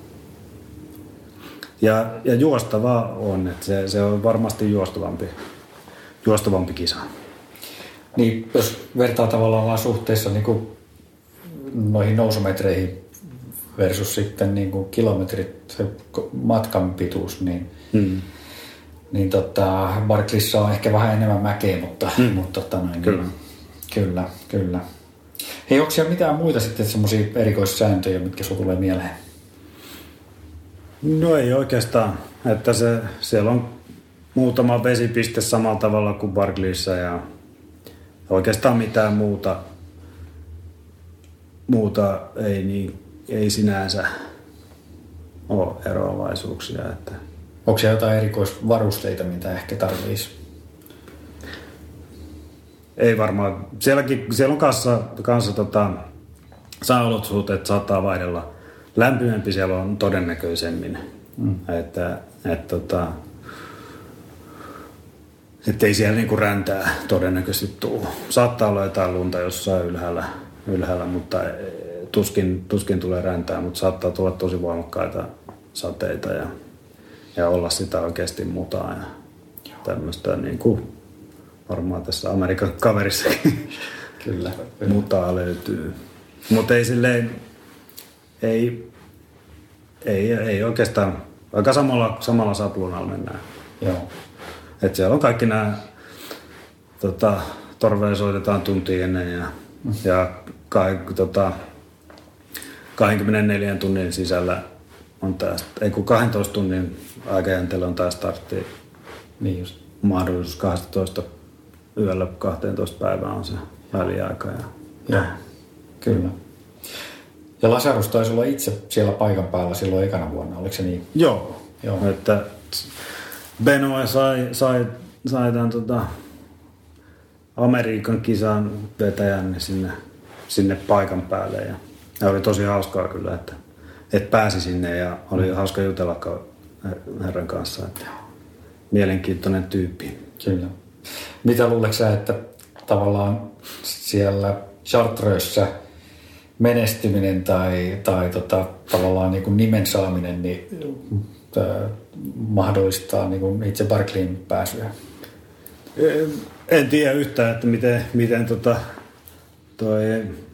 Ja, ja juostavaa on, että se, se on varmasti juostavampi, juostavampi kisa. Niin, jos vertaa tavallaan suhteessa niin kuin noihin nousumetreihin versus sitten niin kuin kilometrit, se matkan pituus, niin, hmm. niin tota, Barclayssa on ehkä vähän enemmän mäkeä, mutta, hmm. mutta tota noin, kyllä. Niin, kyllä, kyllä. Hei, onko siellä mitään muita sitten semmoisia erikoissääntöjä, mitkä sinulle tulee mieleen? No ei oikeastaan, että se, siellä on muutama vesipiste samalla tavalla kuin Barclayssa ja oikeastaan mitään muuta, muuta ei, niin, ei sinänsä ole eroavaisuuksia. Että onko siellä jotain erikoisvarusteita, mitä ehkä tarvitsisi? Ei varmaan. Sielläkin, siellä on kanssa, kanssa tota, sääolosuhteet saattaa vaihdella. Lämpimämpi siellä on todennäköisemmin. Mm. Että, et, tota, ettei siellä niinku räntää todennäköisesti tule. Saattaa olla jotain lunta jossain ylhäällä, ylhäällä mutta tuskin, tuskin tulee räntää, mutta saattaa tulla tosi voimakkaita sateita ja, ja olla sitä oikeasti mutaa ja tämmöistä niinku varmaan tässä Amerikan kaverissakin kyllä, mutaa löytyy. Mutta ei silleen, ei, ei, ei oikeastaan, aika samalla, samalla sapluunalla mennään. Joo. Et siellä on kaikki nämä, tota, torveja soitetaan tuntia ennen ja, mm. ja kai, tota, kaksikymmentäneljä tunnin sisällä on tää, ei kun kahdentoista tunnin aikajänteellä on tää startti. Niin just. Mahdollisuus kaksitoista yöllä kaksitoista päivää on se väliaika. Ja, ja. Kyllä. Ja Lasarus taisi olla itse siellä paikan päällä silloin ekana vuonna, oliko se niin? Joo. Joo. Että Benoit sai, sai, sai tämän tota, Amerikan kisan vetäjän sinne, sinne paikan päälle. Ja, ja oli tosi hauskaa kyllä, että, että pääsi sinne ja oli mm. hauska jutella herran kanssa. Että mielenkiintoinen tyyppi. Kyllä. Mitä luuletko sä, että tavallaan siellä Chartreusissa menestyminen tai, tai tota, tavallaan niin kuin nimen saaminen niin, tää, mahdollistaa niin kuin itse Barkleyin pääsyä? En tiedä yhtään, että miten, miten tota, toi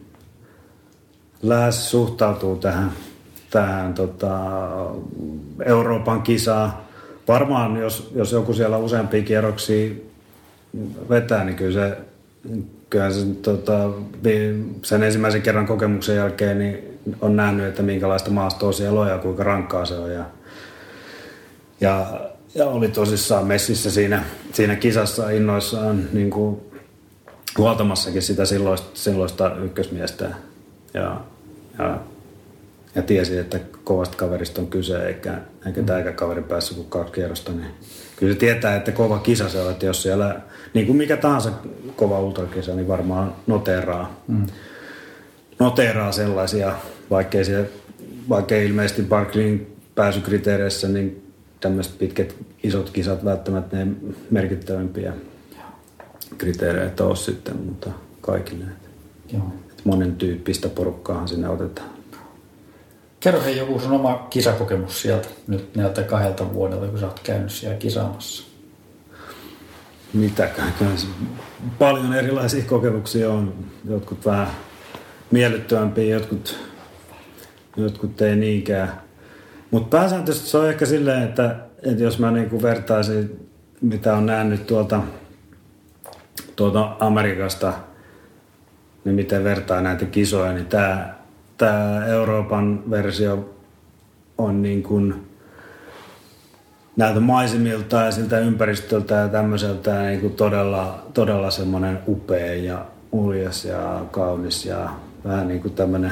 Läs suhtautuu tähän, tähän tota, Euroopan kisaan. Varmaan jos, jos joku siellä useampia kierroksia vetää, niin kyllä se, kyllä se tota, sen ensimmäisen kerran kokemuksen jälkeen niin on nähnyt, että minkälaista maastoa siellä on ja kuinka rankkaa se on. Ja, ja, ja oli tosissaan messissä siinä, siinä kisassa innoissaan niin kuin huoltamassakin sitä silloista, silloista ykkösmiestä. Ja, ja, ja tiesi, että kovasta kaverista on kyse, eikä, eikä tämäkään kaveri päässyt kuin kaksi kierrosta. Niin kyllä se tietää, että kova kisa se on, että jos siellä, niin kuin mikä tahansa kova ultrakisa, niin varmaan noteeraa, mm. noteeraa sellaisia, vaikkei, siellä, vaikkei ilmeisesti Barkleyin pääsykriteereissä, niin tämmöiset pitkät isot kisat välttämättä ne merkittävämpiä kriteereitä ole sitten, mutta kaikille. Joo. Monen tyyppistä porukkaahan sinne otetaan. Kerro hei joku sun oma kisakokemus sieltä nyt näiltä kahdelta vuodelta, kun sä oot käynyt siellä kisaamassa. Mitäkään. Paljon erilaisia kokemuksia on. Jotkut vähän miellyttävämpiä, jotkut, jotkut ei niinkään. Mutta pääsääntöisesti se on ehkä silleen, että, että jos mä niinku vertaisin, mitä on nähnyt tuolta, tuolta Amerikasta, niin miten vertaa näitä kisoja, niin tää, tää Euroopan versio on niin kuin näiltä maisemilta ja siltä ympäristöltä ja tämmöiseltä niin kuin todella, todella semmoinen upea ja uljas ja kaunis ja vähän niin kuin tämmöinen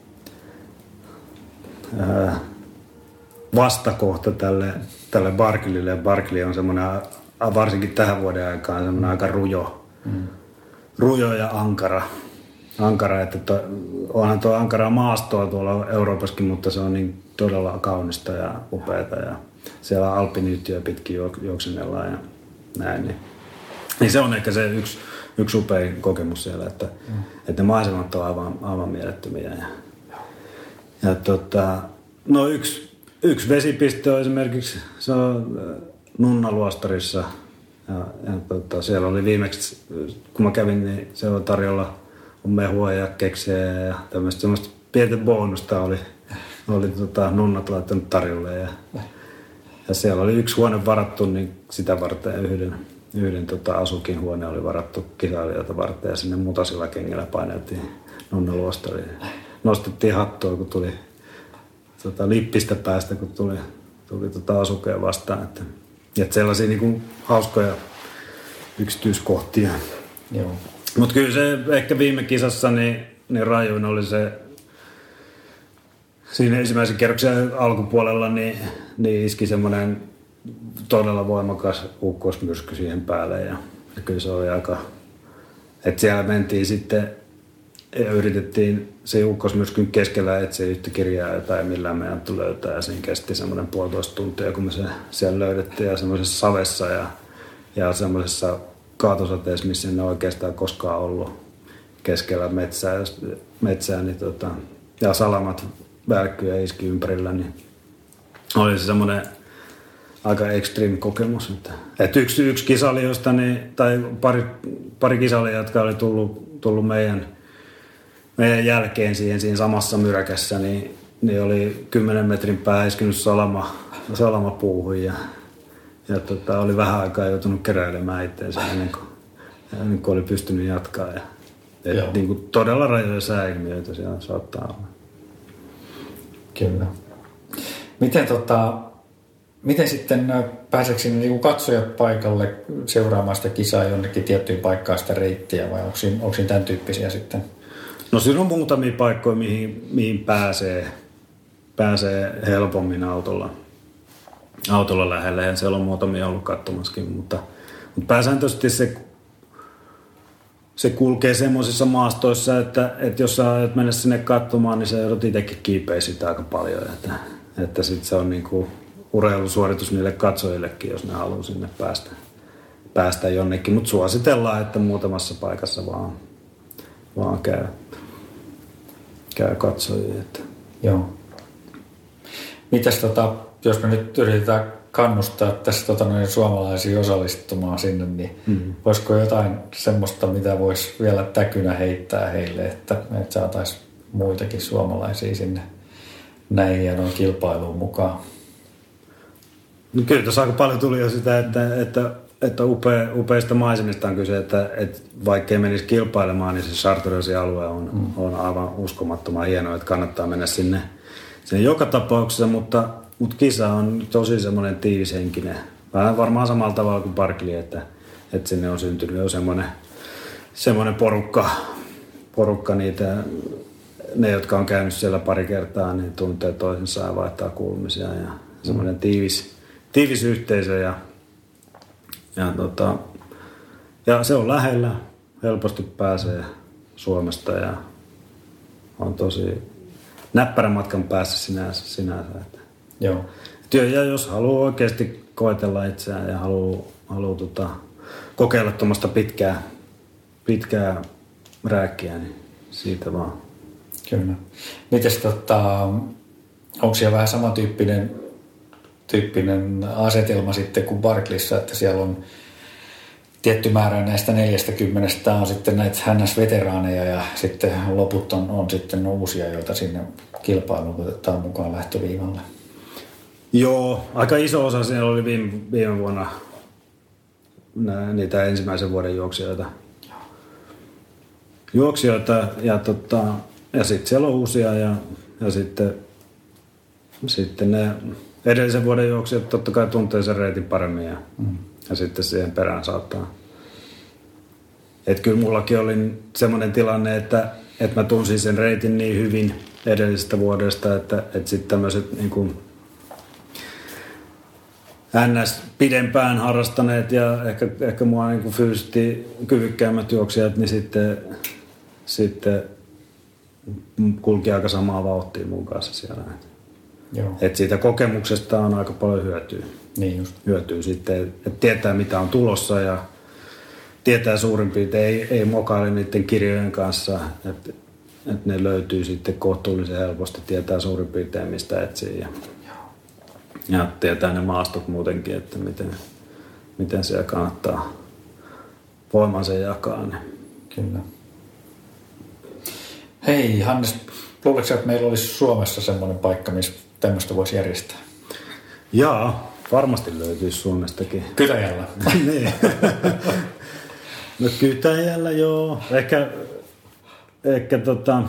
ää, vastakohta tälle, tälle Barkleylle. Barkley on semmoinen, varsinkin tähän vuoden aikaan, semmoinen aika rujo, mm. rujo ja ankara. Ankara, että to, onhan tuo ankara maastoa tuolla Euroopassakin, mutta se on niin todella kaunista ja upeata ja siellä alppinyyttiä pitkin juoksenellaan ja näin. Niin, niin se on ehkä se yksi, yksi upea kokemus siellä, että, mm. että ne maisemat on aivan, aivan mielettömiä. Ja, ja tota, no yksi, yksi vesipiste on esimerkiksi, se on Nunnaluostarissa ja, ja tota, siellä oli viimeksi, kun mä kävin, niin se on tarjolla on mehua ja keksejä ja tämmöistä semmoista pientä bonusta oli, oli tota, nunnat laittanut tarjolle ja, ja siellä oli yksi huone varattu, niin sitä varten yhden, yhden tota, asukin huone oli varattu kisailijoita varten ja sinne mutasilla kengillä paineltiin Nunnaluostariin. Nostettiin hattua, kun tuli tota, lippistä päästä, kun tuli, tuli tota, asukeen vastaan. Että, että sellaisia niin kuin hauskoja yksityiskohtia. Joo. Mutta kyllä se ehkä viime kisassa niin, niin rajuin oli se, siinä ensimmäisen kerroksen alkupuolella niin, niin iski semmoinen todella voimakas ukkosmyrsky siihen päälle ja, ja kyllä se oli aika, että siellä mentiin sitten ja yritettiin se ukkosmyrskyn keskellä etsiä yhtä kirjaa, jota ei millään meidän tule löytää ja siinä kesti semmoinen puolitoista tuntia, kun me se siellä löydettiin ja semmoisessa savessa ja, ja semmoisessa kaatosateessa, missä en ole oikeastaan koskaan ollut keskellä metsää, metsää niin tota, ja salamat välkkyjä ja iski ympärillä, niin oli se semmoinen aika extreme kokemus. Että, että yksi, yksi kisalijoista, niin, tai pari, pari kisalijaa, jotka oli tullut, tullut meidän, meidän jälkeen siihen, siinä samassa myräkässä, niin, niin oli kymmenen metrin päähän iskenyt salama, salamapuuhun ja Ja tota, oli vähän aikaa joutunut keräilemään itseensä ennen kuin, ennen kuin oli pystynyt jatkaa. Ja, et, niin kuin todella rajoja sääilmiöitä siellä saattaa olla. Kyllä. Miten, tota, miten sitten pääseekö sinne niin katsojat paikalle seuraamaan sitä kisaa jonnekin tiettyyn paikkaan sitä reittiä vai onko siinä, onko siinä tämän tyyppisiä sitten? No siinä on muutamia paikkoja, mihin, mihin pääsee, pääsee helpommin autolla. autolla lähelle ja siellä on muutamia ollut katsomassakin, mutta, mutta pääsääntöisesti se, se kulkee semmoisissa maastoissa, että, että jos sä aiot mennä sinne katsomaan, niin se joudut itsekin kiipeä sitä aika paljon, että, että sit se on niinku urheilusuoritus niille katsojillekin, jos ne haluaa sinne päästä, päästä jonnekin, mutta suositellaan, että muutamassa paikassa vaan, vaan käy, käy katsojia. Että. Joo. Mitäs tota, jos me nyt yritetään kannustaa tässä tota, noin suomalaisia osallistumaan sinne, niin mm-hmm. voisiko jotain semmoista, mitä voisi vielä täkynä heittää heille, että me saataisiin muitakin suomalaisia sinne näihin ja noin kilpailuun mukaan? No kyllä tuossa aika paljon tuli jo sitä, että, että, että upea, upeista maisemista on kyse, että, että vaikka ei menisi kilpailemaan, niin se Chartreuse alue on, mm. on aivan uskomattoman hienoa, että kannattaa mennä sinne, sinne joka tapauksessa, mutta, mutta kisa on tosi semmoinen tiivishenkinen. Vähän varmaan samalla tavalla kuin Barkley, että, että sinne on syntynyt jo semmoinen, semmoinen porukka, porukka niitä, ne jotka on käynyt siellä pari kertaa, niin tuntee toisensa ja vaihtaa kuulumisia ja semmoinen mm. tiivis, tiivis yhteisö ja, ja, tota, ja se on lähellä, helposti pääsee Suomesta ja on tosi näppärän matkan päässä sinänsä. sinänsä että. Joo. Ja jos haluaa oikeasti koetella itseään ja haluaa, haluaa tota, kokeilla tuommoista pitkää, pitkää rääkkiä, niin siitä vaan. Kyllä. Mites tota, onko siellä vähän samantyyppinen tyyppinen asetelma sitten kuin Barkleyssa, että siellä on tietty määrä näistä neljästäkymmenestä on sitten näitä hännäsveteraaneja ja sitten loput on, on sitten uusia, joita sinne kilpailuun otetaan mukaan lähtöviivalle. Joo, aika iso osa siellä oli viime, viime vuonna nää, niitä ensimmäisen vuoden juoksijoita. Juoksijoita ja, tota, ja sitten siellä on uusia ja, ja sitten, sitten ne edellisen vuoden juoksijat totta kai tuntee sen reitin paremmin ja, mm. ja sitten siihen perään saattaa. Että kyllä mullakin oli semmoinen tilanne, että, että mä tunsin sen reitin niin hyvin edellisestä vuodesta, että, että sitten tämmöiset niin kuin ns. Pidempään harrastaneet ja ehkä, ehkä mua niin kuin fyysisesti kyvykkäämmät juoksijat, niin sitten, sitten kulki aika samaa vauhtia mun kanssa siellä. Joo. Et siitä kokemuksesta on aika paljon hyötyä. Niin just. Hyötyä sitten, että tietää mitä on tulossa ja tietää suurin piirtein, ei, ei mokaile niiden kirjojen kanssa, että et ne löytyy sitten kohtuullisen helposti, tietää suurin piirtein mistä etsii ja, ja tietää ne maastot muutenkin, että miten, miten siellä kannattaa voimansa jakaa. Niin. Kyllä. Hei Hannes, luuletko että meillä olisi Suomessa semmoinen paikka, missä tämmöistä voisi järjestää? Jaa, varmasti löytyisi Suomestakin. Kytäjällä. Niin. No Kytäjällä joo. Ehkä, ehkä, tota,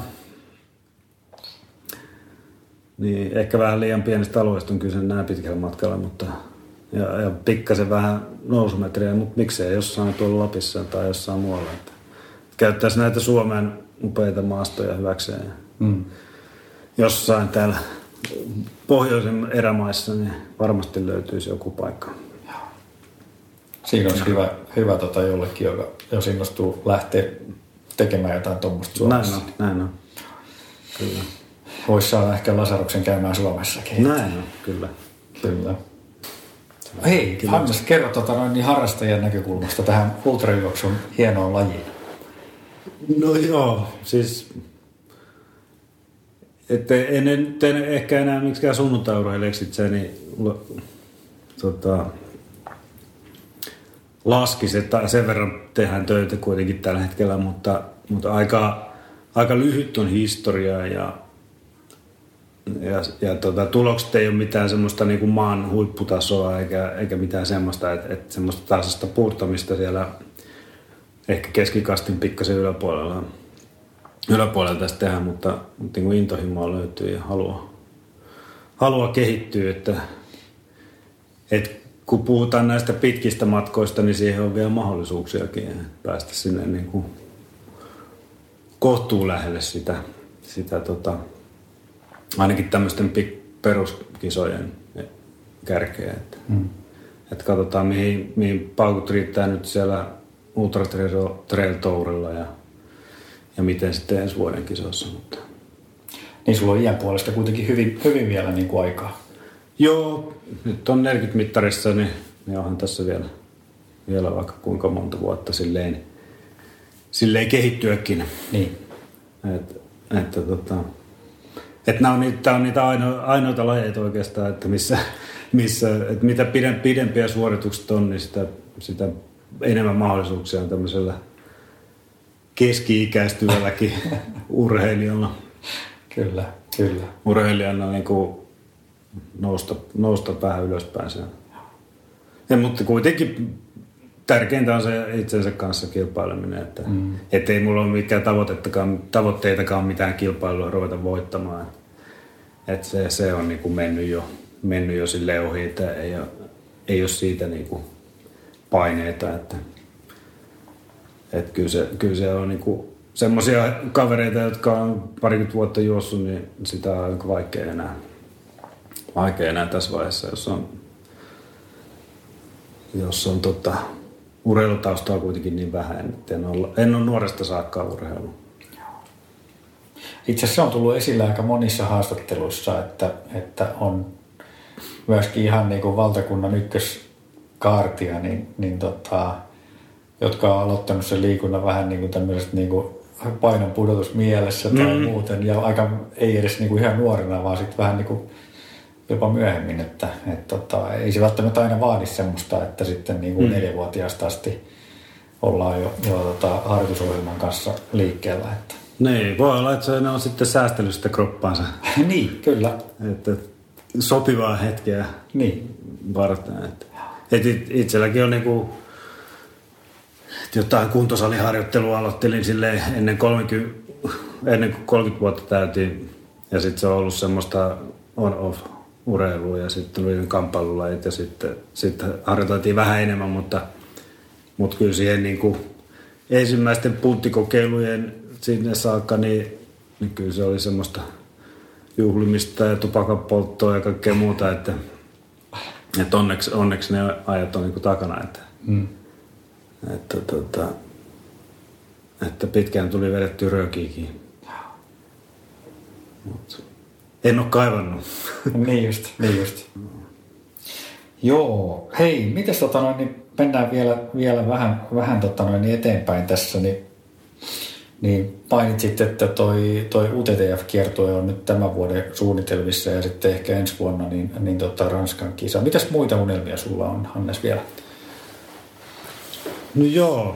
niin, ehkä vähän liian pienestä alueesta on kyse näin pitkällä matkalla, mutta ja, ja pikkasen vähän nousumetriä, mutta miksei jossain tuolla Lapissa tai jossain muualla. Että käyttäisi näitä Suomen upeita maastoja hyväkseen. Mm. Jossain täällä pohjoisen erämaissa niin varmasti löytyisi joku paikka. Siinä olisi hyvä, hyvä tota jollekin, joka jos innostuu lähteä tekemään jotain tuommoista Suomessa. Näin on, näin on. Kyllä. Voisi saada ehkä Lasaruksen käymään Suomessakin. Näin on, kyllä. Kyllä. Hei, kyllä. Hannes, kerro tota noin niin harrastajien näkökulmasta tähän ultrajuoksun hienoon lajiin. No joo, siis että en, en, en ehkä enää miksikään sunnuntai-urheilijaksi itseäni tota, laskisi, että sen verran tehdään töitä kuitenkin tällä hetkellä, mutta, mutta aika, aika lyhyt on historia ja, ja, ja tota, tulokset ei ole mitään semmoista niin kuin maan huipputasoa eikä, eikä mitään semmoista, että, että semmoista tasaista puurtamista siellä ehkä keskikastin pikkasen yläpuolella, yläpuolella tästä tehdään, mutta, mutta niin kuin intohimoa löytyy ja halua, halua kehittyä, että, että kun puhutaan näistä pitkistä matkoista, niin siihen on vielä mahdollisuuksiakin päästä sinne niin kuin kohtuun lähelle sitä, sitä tota, ainakin tämmöisten peruskisojen kärkeä. Että, mm. että katsotaan, mihin, mihin paukut riittää nyt siellä Ultra Trail Tourilla ja, ja miten sitten ensi vuoden kisoissa. Mutta. Niin sulla on iän puolesta kuitenkin hyvin, hyvin vielä niin kuin aikaa. Joo, nyt on neljäkymmentä mittarissa, niin, niin onhan tässä vielä, vielä vaikka kuinka monta vuotta silleen, silleen kehittyäkin. Niin. Et, että tota, Että nämä on niitä, on niitä aino, ainoita lajeita oikeastaan, että missä, missä että mitä pidempiä suoritukset on, niin sitä, sitä enemmän mahdollisuuksia on tämmöisellä keski-ikäistyvälläkin urheilijalla. Kyllä, kyllä. Urheilijana niin kuin nousta, nousta vähän ylöspäin sen. Ja, mutta kuitenkin tärkeintä on se itsensä kanssa kilpaileminen, että mm. ei mulla ole mikään tavoitteitakaan, tavoitteitakaan mitään kilpailua ruveta voittamaan. Että se, se on niin kuin mennyt jo, mennyt jo silleen ohi, että ei ole, ei ole siitä niin kuin paineita. Että, että kyllä, se, kyllä se on niin kuin semmoisia kavereita, jotka on parikymmentä vuotta juossut, niin sitä on aika vaikea enää, vaikea enää tässä vaiheessa, jos on, jos on tota, urheilutaustaa kuitenkin niin vähän, että en ole, en ole nuoresta saakka urheilu. Itse asiassa se on tullut esille aika monissa haastatteluissa, että, että on myöskin ihan niin kuin valtakunnan ykköskaartia, niin, niin tota, jotka on aloittanut sen liikunnan vähän niin kuin tämmöisestä niin kuin painon pudotus mielessä tai mm. muuten. Ja aika, ei edes niin kuin ihan nuorena, vaan sitten vähän niin kuin jopa myöhemmin. Että, et tota, ei se välttämättä aina vaadi semmoista, että sitten niin kuin mm. neljävuotiaasta asti ollaan jo, jo tota, harjoitusohjelman kanssa liikkeellä. Että. Niin, voi olla, että se on sitten säästellyt sitä kroppaansa. Niin, kyllä. Että sopivaa hetkeä niin. varten. Että, et itselläkin on niinku jotain kuntosaliharjoittelua aloittelin silleen ennen kolmekymmentä, ennen kuin kolmekymmentä vuotta täytiin. Ja sitten se on ollut semmoista on-off urheilua ja sitten tuli kamppailulajit ja sitten, sitten harjoiteltiin vähän enemmän, mutta, mutta kyllä siihen niinku ensimmäisten punttikokeilujen sinne saakka, niin, niin kyllä se oli semmoista juhlimista ja tupakanpolttoa ja kaikkea muuta, että, että onneksi, onneksi ne ajat on niin kuin takana, että, mm. että, että, että pitkään tuli vedetty röökiikin. Mut en ole kaivannut. Niin just, niin just. Joo, hei, mites tota noin, niin mennään vielä, vielä vähän, vähän tota noin, niin eteenpäin tässä, niin Niin mainitsit, että toi, toi U T T F-kiertue on nyt tämän vuoden suunnitelmissa ja sitten ehkä ensi vuonna niin, niin tota Ranskan kisa. Mitäs muita unelmia sulla on, Hannes, vielä? No joo.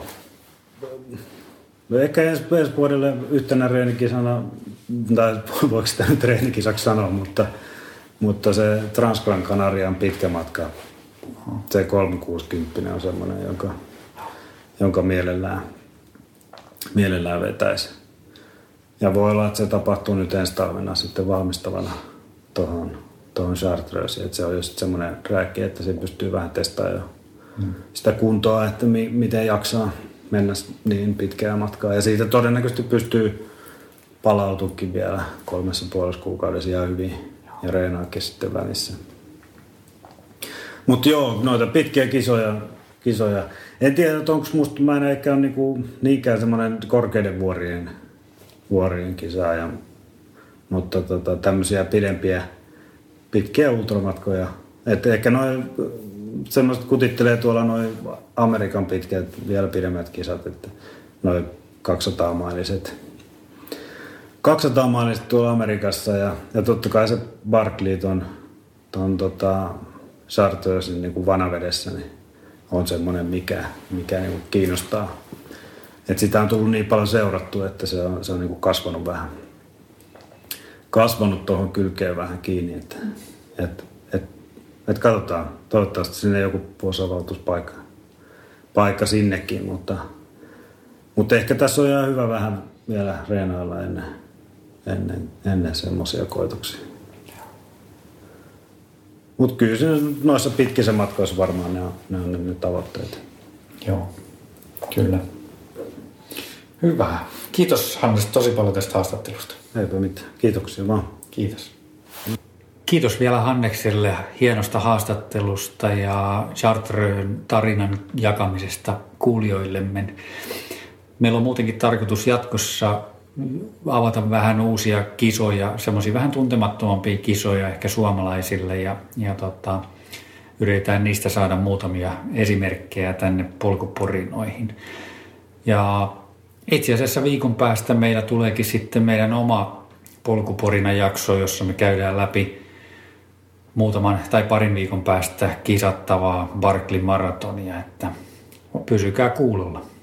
Ehkä ensi, ensi vuodelle yhtenä treenikisana, tai voiko sitä nyt treenikisaksi sanoa, mutta, mutta se Transgran Canarian pitkä matka, se kolmesataakuusikymmentä on semmoinen, jonka, jonka mielellään mielellään vetäisi. Ja voi olla, että se tapahtuu nyt ensi talvena sitten valmistavana tuohon tuohon Chartreuseen. Että se on just semmoinen rääkki, että se pystyy vähän testaamaan jo mm. sitä kuntoa, että mi- miten jaksaa mennä niin pitkää matkaa. Ja siitä todennäköisesti pystyy palautukin vielä kolmessa puolessa kuukaudessa ihan hyvin ja reenaakin sitten välissä. Mutta joo, noita pitkiä kisoja kisoja. En tiedä, että onko musta, mä en ehkä ole niinku niinkään semmoinen korkeiden vuorien, vuorien kisaaja, mutta tota, tämmöisiä pidempiä, pitkiä ultramatkoja. Että ehkä noin semmoiset kutittelee tuolla noin Amerikan pitkät, vielä pidemmät kisat, että noin kaksisataa mailiset. kaksisataa mailiset tuolla Amerikassa ja, ja totta kai se Barkley ton, ton tota Chartreusin niinku vanavedessä, niin on semmoinen, mikä, mikä niinku kiinnostaa. Et sitä on tullut niin paljon seurattua, että se on, se on niinku kasvanut vähän. Kasvanut tuohon kylkeen vähän kiinni. Että, et, et, et katsotaan. Toivottavasti sinne joku vuosavautuspaikka paikka sinnekin, mutta, mutta ehkä tässä on ihan hyvä vähän vielä reenailla ennen, ennen, ennen semmoisia koituksia. Mutta kyllä se noissa pitkissä matkoissa varmaan ne on ne, on ne tavoitteet. Joo, kyllä. Hyvä. Kiitos, Hannes, tosi paljon tästä haastattelusta. Eipä mitään. Kiitoksia vaan. Kiitos. Kiitos vielä Hannekselle hienosta haastattelusta ja Chartreun tarinan jakamisesta kuulijoillemme. Meillä on muutenkin tarkoitus jatkossa avata vähän uusia kisoja, semmoisia vähän tuntemattomampia kisoja ehkä suomalaisille ja, ja tota, yritetään niistä saada muutamia esimerkkejä tänne polkuporinoihin. Ja itse asiassa viikon päästä meillä tuleekin sitten meidän oma Polkuporina jakso, jossa me käydään läpi muutaman tai parin viikon päästä kisattavaa Barkley Maratonia, että pysykää kuulolla.